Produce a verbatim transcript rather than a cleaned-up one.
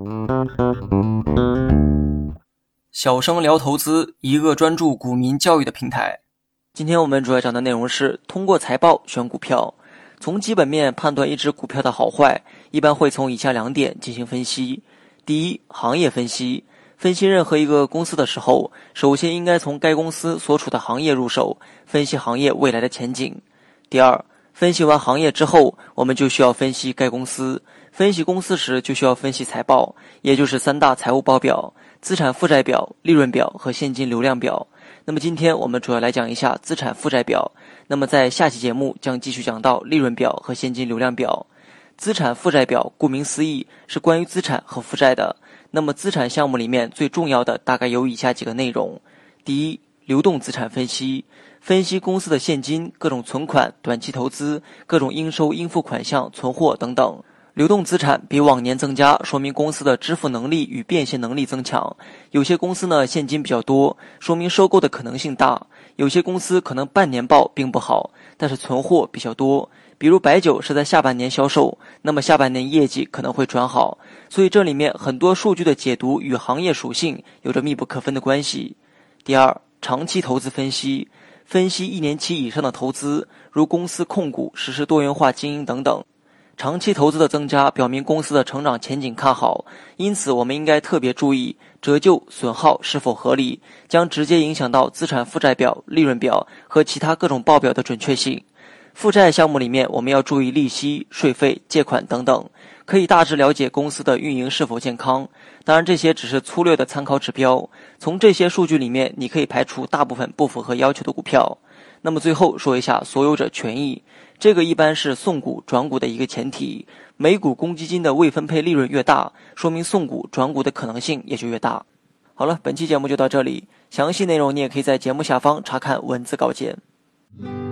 小生聊投资，一个专注股民教育的平台。今天我们主要讲的内容是通过财报选股票。从基本面判断一只股票的好坏，一般会从以下两点进行分析。第一，行业分析。分析任何一个公司的时候，首先应该从该公司所处的行业入手，分析行业未来的前景。第二，分析完行业之后，我们就需要分析该公司。分析公司时就需要分析财报，也就是三大财务报表：资产负债表、利润表和现金流量表。那么今天我们主要来讲一下资产负债表，那么在下期节目将继续讲到利润表和现金流量表。资产负债表顾名思义是关于资产和负债的，那么资产项目里面最重要的大概有以下几个内容。第一，流动资产分析，分析公司的现金、各种存款、短期投资、各种应收应付款项、存货等等。流动资产比往年增加，说明公司的支付能力与变现能力增强。有些公司呢现金比较多，说明收购的可能性大。有些公司可能半年报并不好，但是存货比较多。比如白酒是在下半年销售，那么下半年业绩可能会转好。所以这里面很多数据的解读与行业属性有着密不可分的关系。第二，长期投资分析，分析一年期以上的投资，如公司控股、实施多元化经营等等。长期投资的增加表明公司的成长前景看好，因此我们应该特别注意折旧损耗是否合理，将直接影响到资产负债表、利润表和其他各种报表的准确性。负债项目里面我们要注意利息、税费、借款等等，可以大致了解公司的运营是否健康。当然这些只是粗略的参考指标，从这些数据里面你可以排除大部分不符合要求的股票。那么最后说一下所有者权益，这个一般是送股转股的一个前提，每股公积金的未分配利润越大，说明送股转股的可能性也就越大。好了，本期节目就到这里，详细内容你也可以在节目下方查看文字稿件。